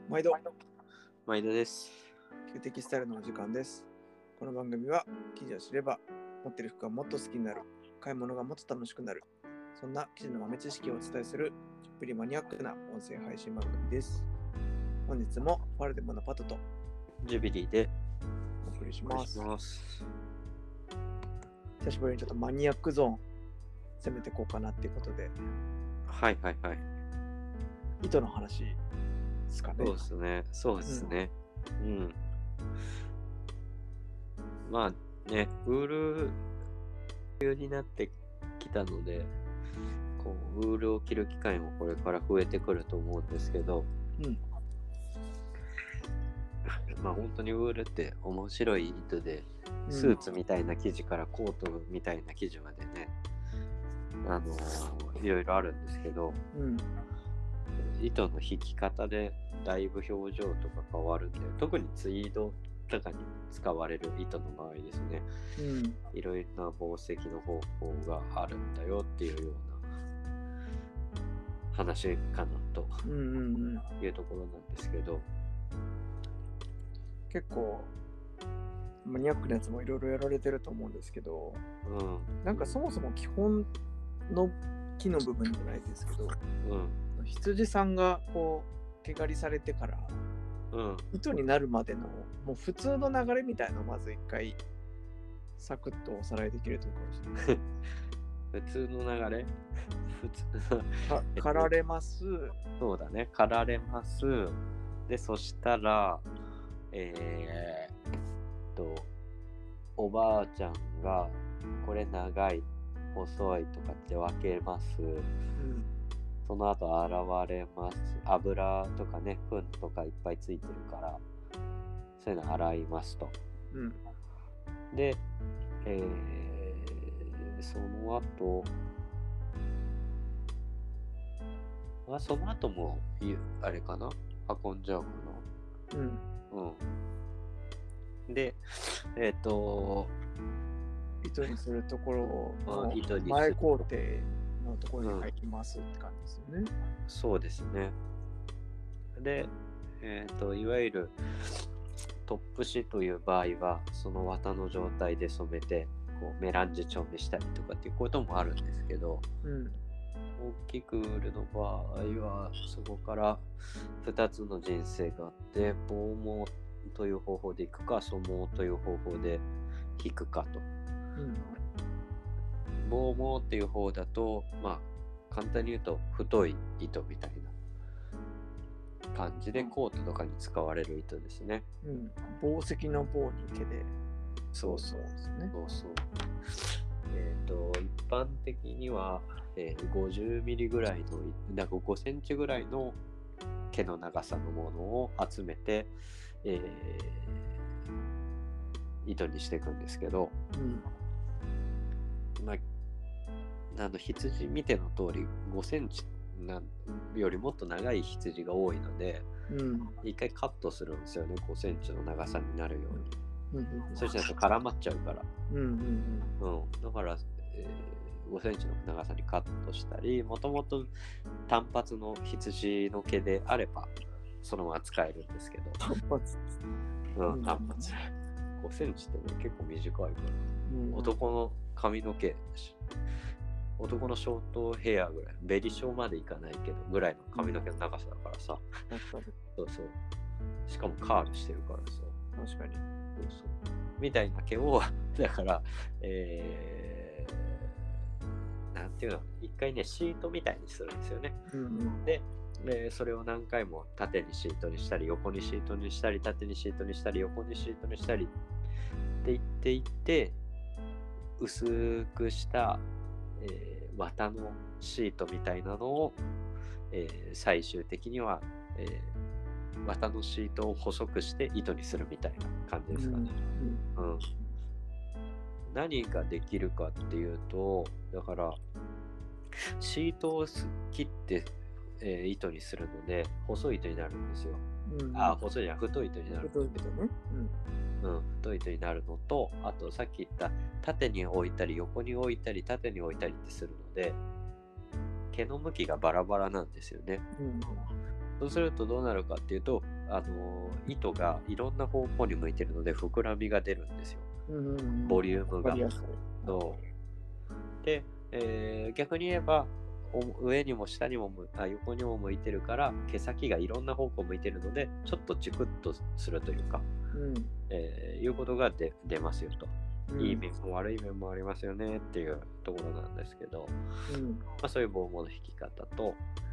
毎度です。 旧的スタイルのお時間です。この番組は記事を知れば持ってる服がもっと好きになる、買い物がもっと楽しくなる、そんな記事の豆知識をお伝えするちょっぴりマニアックな音声配信番組です。本日もファルデモのパトとジュビリーでお送りします。久しぶりにちょっとマニアックゾーン攻めていこうかなっていうことで、 はい。 糸の話ですかね。 そうですね。まあね、ウール流になってきたので、こうウールを着る機会もこれから増えてくると思うんですけど、まあ本当にウールって面白い糸で、スーツみたいな生地からコートみたいな生地までね、いろいろあるんですけど、糸の引き方でだいぶ表情とか変わるんで、特にツイードとかに使われる糸の場合ですね、いろいろな紡績の方法があるんだよっていうような話かなというところなんですけど、 結構マニアックなやつもいろいろやられてると思うんですけど、なんかそもそも基本の木の部分じゃないですけど、羊さんがこう毛刈りされてから、糸になるまでのもう普通の流れみたいなのをまず一回サクッとおさらいできるといいかもしれない。 普通の流れ刈られます。 そうだね、刈られます。で、そしたらおばあちゃんがこれ長い細いとかって分けます、その後現れます。油とかね、糞とかいっぱいついてるからそういうの洗いますと、で、その後もあれかな、運んじゃうかな。で、 糸にするところの前工程のところに入りますって感じですよね。 そうですね。で、いわゆるトップ紙という場合はその綿の状態で染めてこうメランジ調にしたりとかっていうこともあるんですけど、大きくウールの場合はそこから2つの人生があって、防毛という方法でいくか染毛という方法で引くかと。防毛っていう方だと、まあ簡単に言うと太い糸みたいな感じでコートとかに使われる糸ですね。 紡績の棒に毛で。そうですね。 一般的には、50ミリぐらいの、だから5センチぐらいの毛の長さのものを集めて、糸にしていくんですけど、羊見ての通り5センチよりもっと長い羊が多いので、一回カットするんですよね、5センチの長さになるように。そうしないと絡まっちゃうから、だから、5センチの長さにカットしたり、もともと単発の羊の毛であればそのまま使えるんですけど、単発5センチってね結構短いから、男の髪の毛、男のショートヘアぐらい、ベリショーまでいかないけどぐらいの髪の毛の長さだからさ、しかもカールしてるからさ、 確かにみたいな毛をだからなんていうの、一回ねシートみたいにするんですよね。でそれを何回も縦にシートにしたり横にシートにしたり縦にシートにしたり横にシートにしたりって言っていって、薄くした、綿のシートみたいなのを、最終的には、綿のシートを細くして糸にするみたいな感じですかね。何ができるかっていうと、だからシートを切って、糸にするので細い糸になるんですよ。細いじゃん、太い糸になる。太い糸になるのと、あとさっき言った縦に置いたり横に置いたり縦に置いたりってするので毛の向きがバラバラなんですよね。そうするとどうなるかっていうと、 糸がいろんな方向に向いてるので膨らみが出るんですよ。ボリュームが。で、逆に言えば上にも下にも横にも向いてるから毛先がいろんな方向向いてるのでちょっとチクッとするというか、いうことが出ますよと。いい面も悪い面もありますよねっていうところなんですけど、そういう防毛の引き方と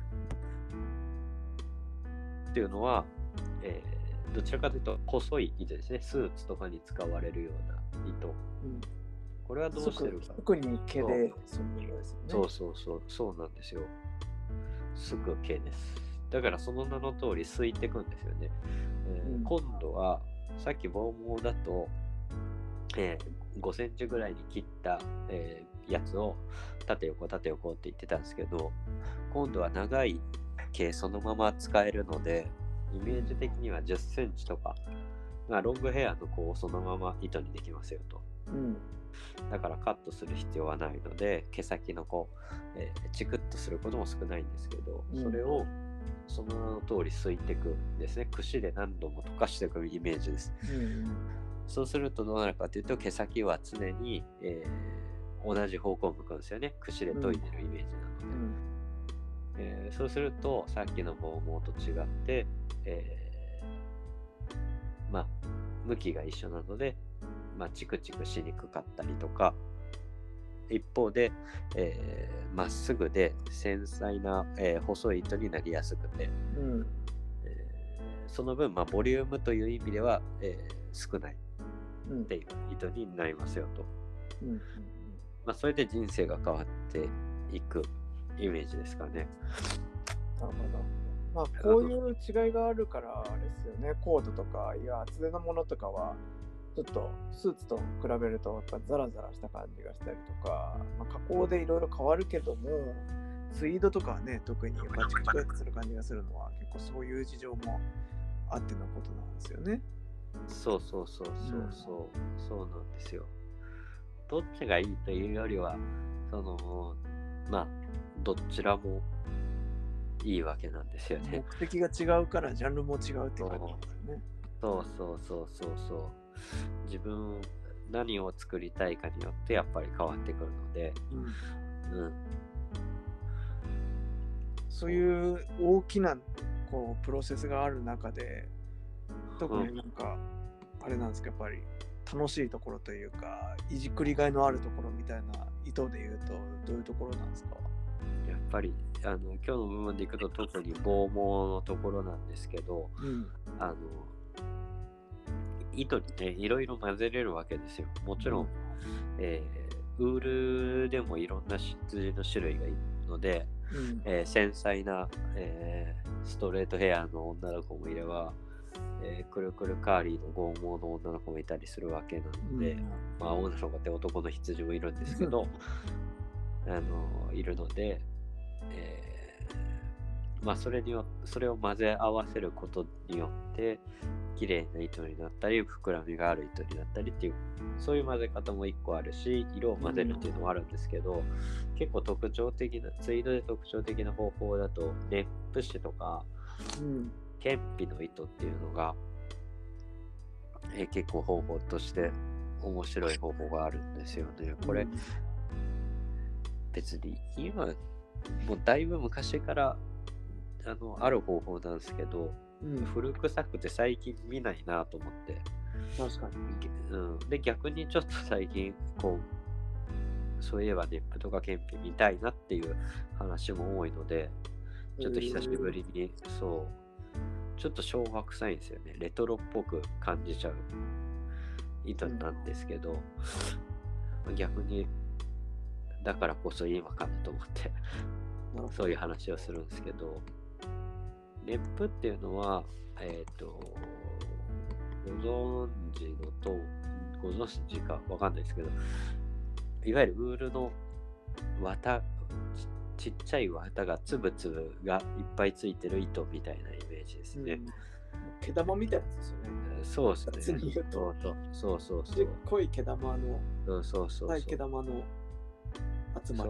っていうのは、どちらかというと細い糸ですね。スーツとかに使われるような糸。これはどうしてるか。 特に毛でそうですよね。 そうなんですよ。すぐ毛です。だからその名の通りすいていくんですよね。今度はさっき防毛だと、5センチぐらいに切った、やつを縦横って言ってたんですけど、今度は長い毛そのまま使えるので、イメージ的には10センチとか、ロングヘアの子をそのまま糸にできますよと。だからカットする必要はないので、毛先のチクッとすることも少ないんですけど、それをその名の通りすいていくんですね。櫛で何度も溶かしていくイメージです。そうするとどうなるかというと、毛先は常に、同じ方向を向くんですよね。櫛で研いでるイメージなので。そうするとさっきの防毛と違って、向きが一緒なので、チクチクしにくかったりとか、一方でまっすぐで繊細な、細い糸になりやすくて、その分、ボリュームという意味では、少ないっていう糸になりますよと。それで人生が変わっていくイメージですかね。 なるほど。こういう違いがあるからあれですよね。コートとか厚手のものとかはちょっとスーツと比べるとやっぱザラザラした感じがしたりとか、加工でいろいろ変わるけども、ツイードとかはね、特にチクチクってする感じがするのは結構そういう事情もあってのことなんですよね。 そうなんですよ。どっちがいいというよりは、どちらもいいわけなんですよね。 目的が違うからジャンルも違うっていう感じですよね。 そう。自分何を作りたいかによってやっぱり変わってくるので、 そういう大きなプロセスがある中で、特にあれなんですか、やっぱり楽しいところというか、いじくりがいのあるところみたいな意図で言うとどういうところなんですか？ やっぱり今日の部分でいくと特に防毛のところなんですけど、糸にねいろいろ混ぜれるわけですよ。もちろん、ウールでもいろんな羊の種類がいるので、繊細な、ストレートヘアの女の子もいれば、くるくるカーリーの剛毛の女の子もいたりするわけなので、女の子って男の羊もいるんですけどいるので、それを混ぜ合わせることによって綺麗な糸になったり膨らみがある糸になったりっていう、そういう混ぜ方も1個あるし、色を混ぜるっていうのもあるんですけど、結構特徴的なツイードで特徴的な方法だとネップ紙とか、ケンピの糸っていうのが、結構方法として面白い方法があるんですよね。これ、別に今もうだいぶ昔からある方法なんですけど、古臭くて最近見ないなと思って。 確かに。で逆にちょっと最近そういえばネップとかケンピ見たいなっていう話も多いので、ちょっと久しぶりにちょっと昭和臭いんですよね。レトロっぽく感じちゃう糸なんですけど、逆にだからこそ今かなと思ってそういう話をするんですけど、ネップっていうのはご存知かわかんないですけど、いわゆるウールの綿、ちっちゃい綿がつぶつぶがいっぱいついてる糸みたいなイメージですね。 毛玉みたいなやつですよね。 そうですね。そう。 濃い毛玉の、 そう毛玉の集まり。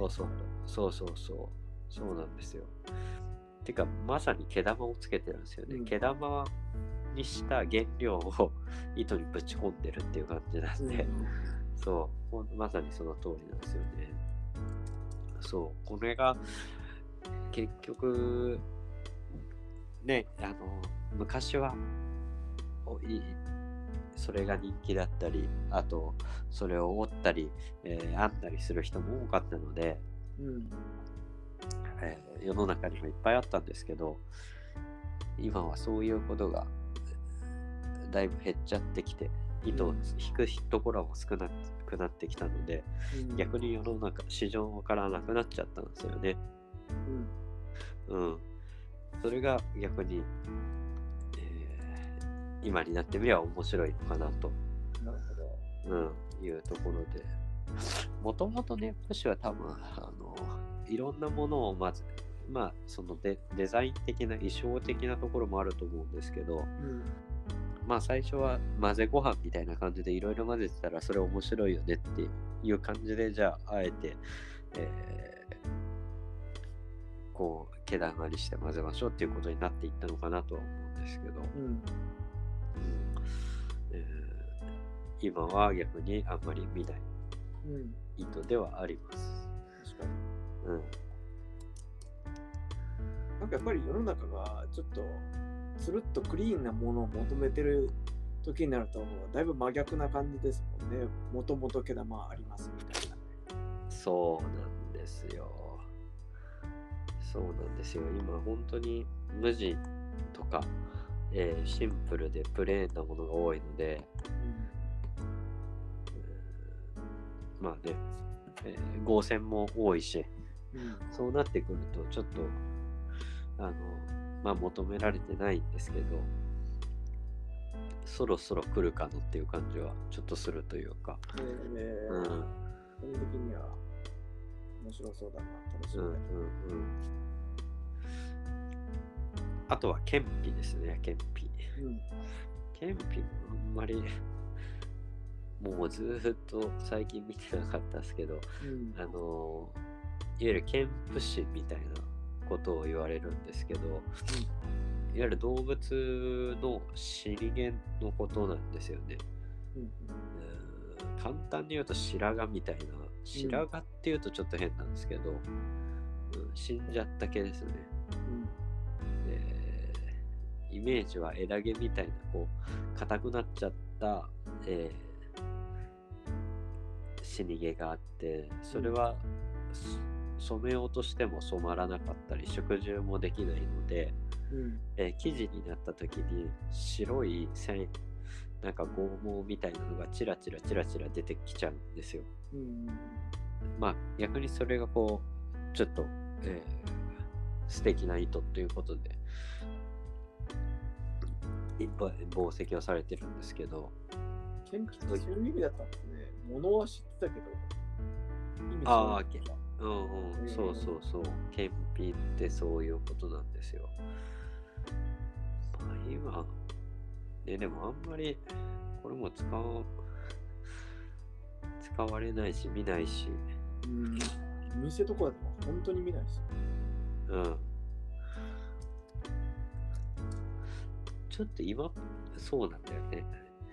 そうなんですよ。てかまさに毛玉をつけてるんですよね。毛玉にした原料を糸にぶち込んでるっていう感じなんで、そうまさにその通りなんですよね。そうこれが結局ね、昔はそれが人気だったり、あとそれを折ったり、編んだりする人も多かったので、世の中にもいっぱいあったんですけど、今はそういうことがだいぶ減っちゃってきて、糸を引くところも少なくなってきたので、逆に世の中市場からなくなっちゃったんですよね。それが逆に、今になってみれば面白いのかなと、いうところで、もともとね、私は多分いろんなものをまずそのデザイン的な衣装的なところもあると思うんですけど、最初は混ぜご飯みたいな感じでいろいろ混ぜてたらそれ面白いよねっていう感じで、じゃああえて、こう毛玉にして混ぜましょうっていうことになっていったのかなとは思うんですけど、今は逆にあんまり見ない糸ではあります。 確かに。なんかやっぱり世の中がちょっとつるっとクリーンなものを求めてる時になるとだいぶ真逆な感じですもんね。もともと毛玉ありますみたいな。 そうなんですよ。そうなんですよ。今本当に無地とか、シンプルでプレーンなものが多いので、合成も多いし、そうなってくるとちょっと求められてないんですけど、そろそろ来るかなっていう感じはちょっとするというか、 個人的には面白そうだな、楽しみだけど。 あとはケンピですね、ケンピ。ケンピもあんまりもうずっと最近見てなかったですけど、いわゆるケンプ師みたいなことを言われるんですけど、いわゆる動物の死に源のことなんですよね。簡単に言うと白髪みたいな、白髪っていうとちょっと変なんですけど、死んじゃった毛ですね。イメージは枝毛みたいなこう硬くなっちゃった、死に毛があって、それは染めようとしても染まらなかったり植樹もできないので、生地になった時に白い線、なんか剛毛みたいなのがチラチラ出てきちゃうんですよ。逆にそれがこうちょっと、素敵な糸ということで紡績をされてるんですけど、 ケンピってそういう意味だったんですね。物は知ってたけど意味そうケンピってそういうことなんですよ。今ね、でもあんまりこれも使われないし見ないし、 店とかでも本当に見ないですよ。 ちょっと今そうなんだよね。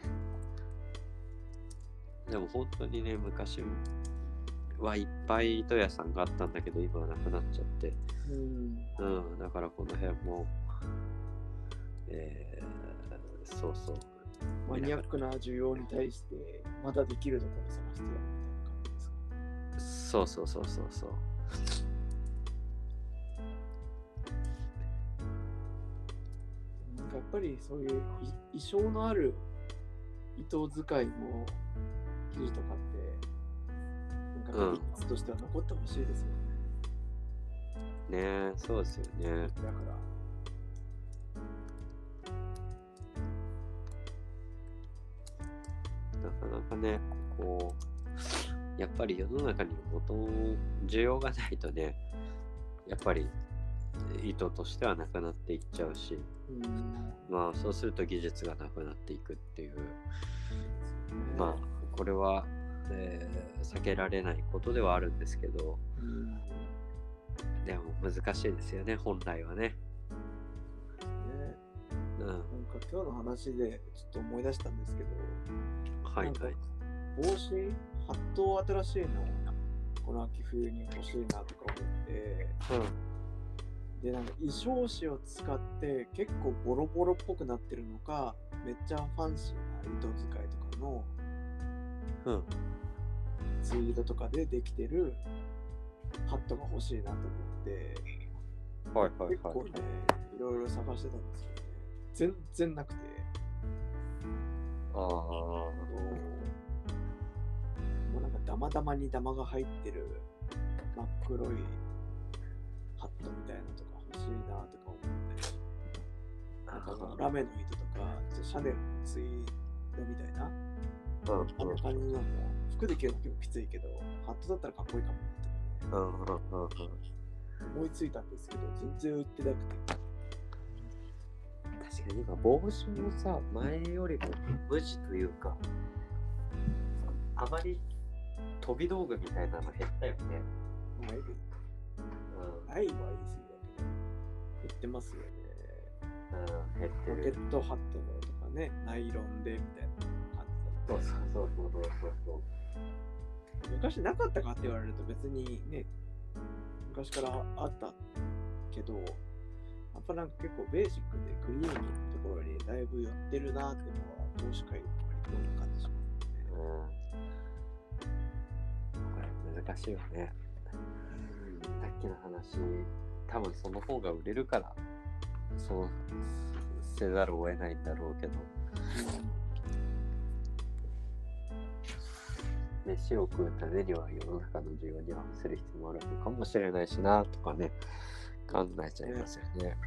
でも本当にね、昔はいっぱい糸屋さんがあったんだけど今はなくなっちゃって、だからこの辺もマニアックな需要に対してまだできるところ探してやるみたいな感じですか。 そうなんかやっぱりそういう意匠のある糸使いの生地とかってなんか美術としては残ってほしいですよね。ね、そうですよね。 だからなかなかね、こうやっぱり世の中に需要がないとね、やっぱり糸としてはなくなっていっちゃうし、そうすると技術がなくなっていくっていう、これは、避けられないことではあるんですけど、でも難しいですよね、本来はね。 なんか今日の話でちょっと思い出したんですけど、 はいはい。 帽子、ハットを新しいのこの秋冬に欲しいなとか思って、でなんか衣装紙を使って結構ボロボロっぽくなってるのか、めっちゃファンシーな糸使いとかの、ツイードとかでできてるハットが欲しいなと思って、結構ね、いろいろ探してたんですけどね、全然なくて。もうなんかダマダマにダマが入ってる真っ黒いハットみたいなのとか欲しいなとか思って、なんかラメの糸とかシャネルのツイードみたいな、あの感じのも服で着るの結構きついけど、ハットだったらかっこいいかもなとかね、思いついたんですけど全然売ってなくて。 確かに今帽子もさ、前よりも無地というか、あまり飛び道具みたいなの減ったよね。 ないは言い過ぎだけど減ってますよね。減ってる。ポケットハットのとかね、ナイロンでみたいな感じだった。そう昔なかったかって言われると別にね、昔からあったけど、やっぱなんか結構ベーシックでクリーンなところにだいぶ寄ってるなっていうのは投資会の割とな感じしますね。 これ難しいよね。さっきの話、多分その方が売れるからそうせざるを得ないんだろうけど、飯を食うためには世の中の需要に合わせる必要もあるのかもしれないしなとかね、考えちゃいますよね。 やっ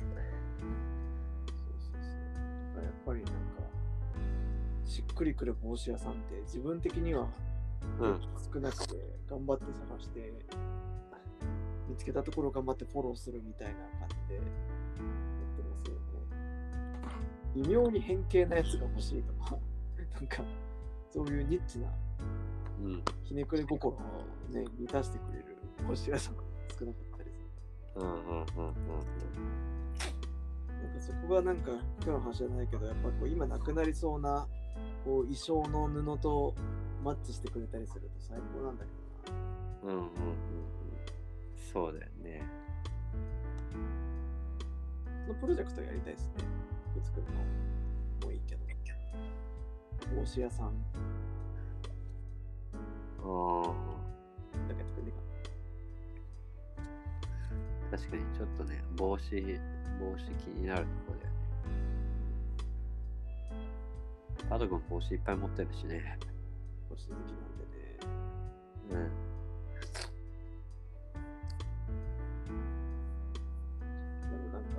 ぱりなんかしっくりくる帽子屋さんって自分的には少なくて頑張って探して見つけたところ頑張ってフォローするみたいな感じでやってますよね。微妙に変形なやつが欲しいとかなんかそういうニッチなひねくれ心をね満たしてくれる帽子屋さんが少なかったりする。なんかそこがなんか今日の話じゃないけど、やっぱこう今なくなりそうなこう衣装の布とマッチしてくれたりすると最高なんだけどな。 そうだよね。 そのプロジェクトやりたいですね。服作るのもいいけど。帽子屋さん。だけ作れねえか。確かにちょっとね、帽子気になるところだよね。パド君帽子いっぱい持ってるしね。 帽子好きなんでね。でもなんか、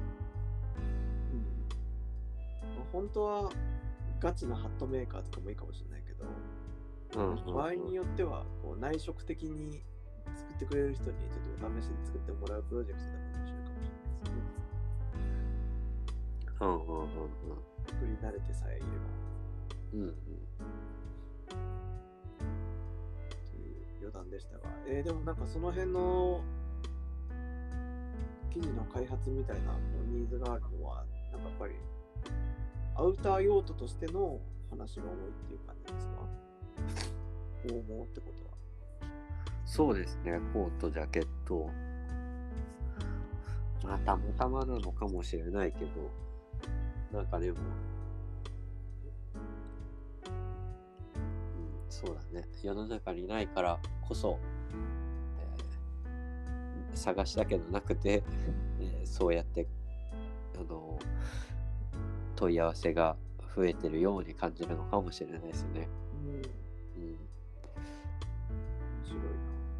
本当はガチなハットメーカーとかもいいかもしれないけど、場合によってはこう内職的に作ってくれる人にちょっとお試しに作ってもらうプロジェクトでも面白いかもしれないですね。作り慣れてさえいれば。という余談でしたが、でもなんかその辺の記事の開発みたいなニーズがあるのは、なんかやっぱりアウター用途としての話が多いっていう感じですか？こう思うってことは。 そうですね、コート、ジャケット。まあ、たまたまなのかもしれないけど、なんかでも、そうだね、世の中にないからこそ、探したけどなくて、そうやって問い合わせが増えてるように感じるのかもしれないですね。 面白い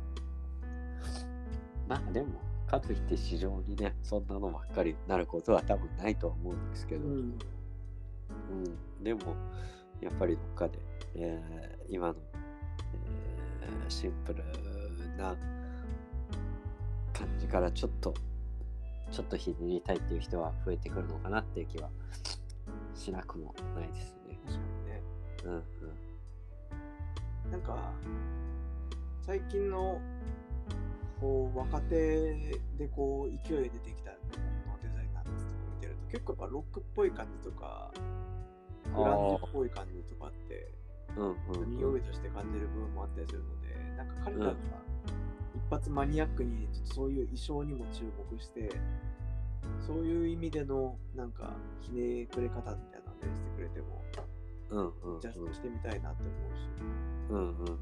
な。まあでもかといって市場にねそんなのばっかりなることは多分ないとは思うんですけど、でもやっぱりどっかで、今の、シンプルな感じからちょっとひねりたいっていう人は増えてくるのかなっていう気はしなくもないですね。 確かにね。なんか最近のこう若手でこう勢い出てきた日本のデザイナーとか見てると結構やっぱロックっぽい感じとか、グランジっぽい感じとかって、匂いとして感じる部分もあったりするので、なんか彼らが一発マニアックにちょっとそういう衣装にも注目して、そういう意味でのなんかひねくれ方みたいなのでしてくれても、じゃあ着てみたいなって思うし。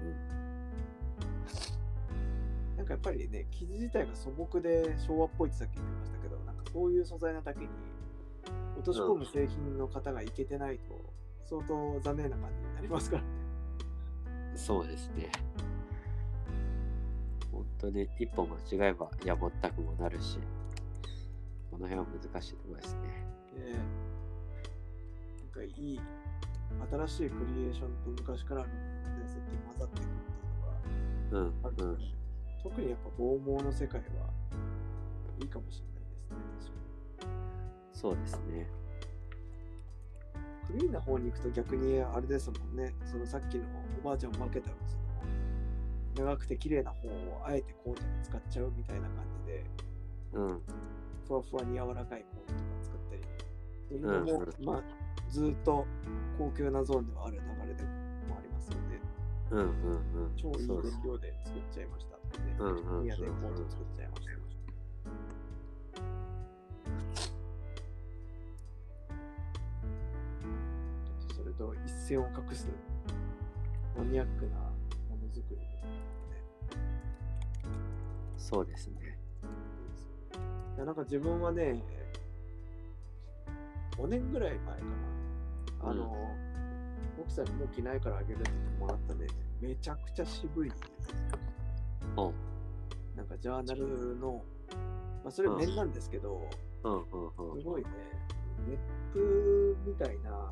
なんかやっぱりね、生地自体が素朴で昭和っぽいってさっき言ってましたけど、なんかそういう素材なだけに落とし込む製品の方がいけてないと相当残念な感じになりますからね。 そうですね。本当に一歩間違えばやぼったくもなるし、この辺は難しいところですね。 なんかいい新しいクリエーションと昔からの伝説って混ざっていくっていうのがあると思う。特にやっぱ剛毛の世界はいいかもしれないですね。確かに。 そうですね。 クリーンな方に行くと逆にあれですもんね。そのさっきのおばあちゃんを分けたうちの長くて綺麗な方をあえてコートに使っちゃうみたいな感じで、ふわふわに柔らかいコートとか作ったりするのも、まあずっと高級なゾーンではある流れでもありますので、超いい原料で作っちゃいましたとかね、宮でコート作っちゃいました。それと一線を画すマニアックなものづくりみたいなのね。 そうですね。 いやなんか自分はね、5年ぐらい前かな、奥さんにもう着ないからあげるって言ってもらったね、めちゃくちゃ渋い、なんかジャーナルの、まあ、それ面なんですけど、すごいね、ネップみたいな、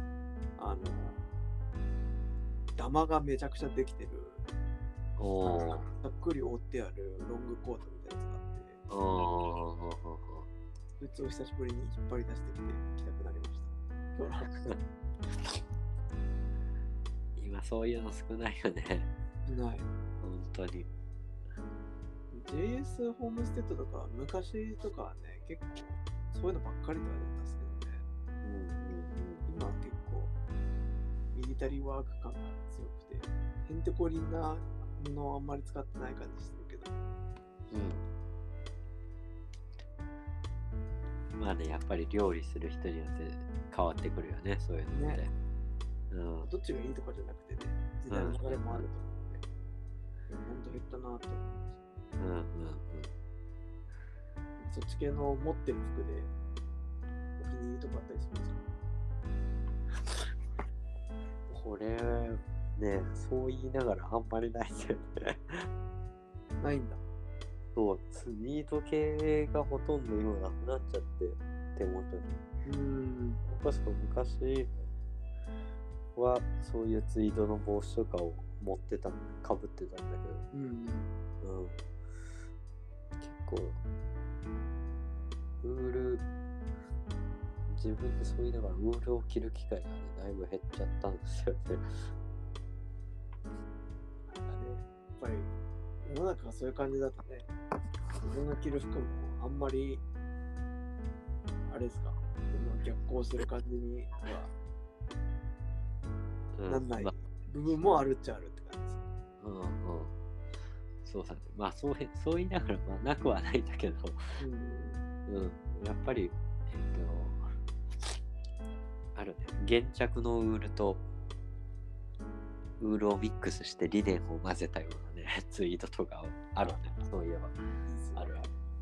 ダマがめちゃくちゃできてる、ざっくり覆ってあるロングコートみたいなやつがあって、そいつを久しぶりに引っ張り出してきて着たくなりました。 今そういうの少ないよね。 ない。 本当に。 JS ホームステッドとか昔とかはね、結構そういうのばっかりとはだったんですけどね。今は結構ミリタリーワーク感が強くて、へんてこりんなものをあんまり使ってない感じするけど。 まあね、やっぱり料理する人によって変わってくるよね、そういうのって。 どっちがいいとかじゃなくてね、時代の流れもあると思うので、ほんと減ったなと思います。そっち系の持ってる服でお気に入りとかあったりするんですか？ これね、そう言いながらあんまりないんだよね。 ないんだ。 そう、ツイート系がほとんど今なくなっちゃって、手元に。昔はそういうツイートの帽子とかを持ってた、かぶってたんだけど、結構ウール、自分でそう言いながらウールを着る機会がね、だいぶ減っちゃったんですよね。 やっぱり世の中がそういう感じだとね、自分が着る服もあんまりあれですか、逆行する感じにはなんない部分もあるっちゃあるって感じですか。 そうだね。まあそう言いながら、まあなくはないんだけど、やっぱりあるね。原着のウールとウールをミックスしてリネンを混ぜたようなねツイートとかあるね。そういえばある。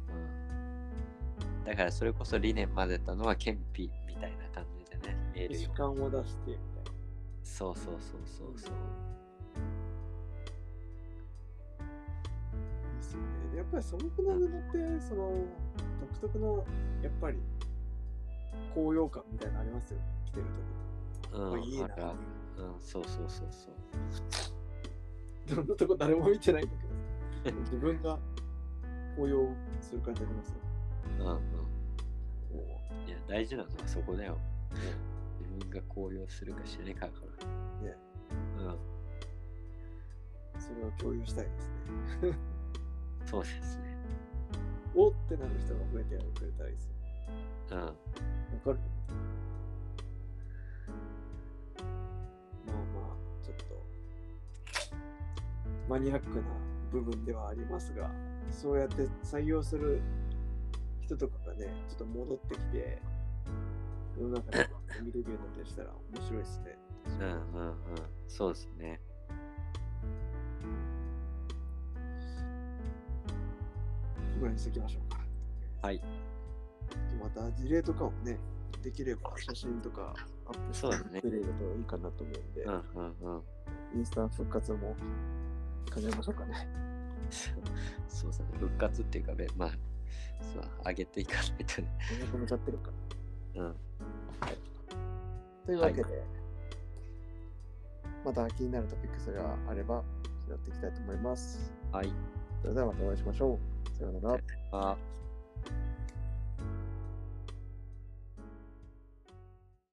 だからそれこそリネン混ぜたのはケンピみたいな感じでね見えるよ。 時間を出してみたいな。 そう。 ですよね。やっぱり素朴な布ってその独特のやっぱり高揚感みたいなのありますよね。着てる時。いいな。 そう。 どんなとこ誰も見てないんだけど、自分が高揚する感じありますよ。 いや大事なのはそこだよ。自分が高揚するかしないかから。 ね。それを共有したいですね。 そうですね。 おってなる人が増えてくれたらいいですよ。 うん。わかる。まあまあ、ちょっと、マニアックな部分ではありますが、そうやって採用する人とかがね、ちょっと戻ってきて、世の中で見れるようになったりしたら面白いですね。 うんうんうん。そうですね。 ここらにしときましょうか。 はい。 また事例とかをね、できれば写真とかアップしてくれるといいかなと思うんで、 うんうんうん。 インスタ復活も考えましょうかね。 そうですね。復活っていうか、まあ、上げていかないとね。 止めちゃってるか。 うん。 はい。というわけで、また気になるトピックスがあれば拾っていきたいと思います。 はい。 それではまたお会いしましょう。さようなら。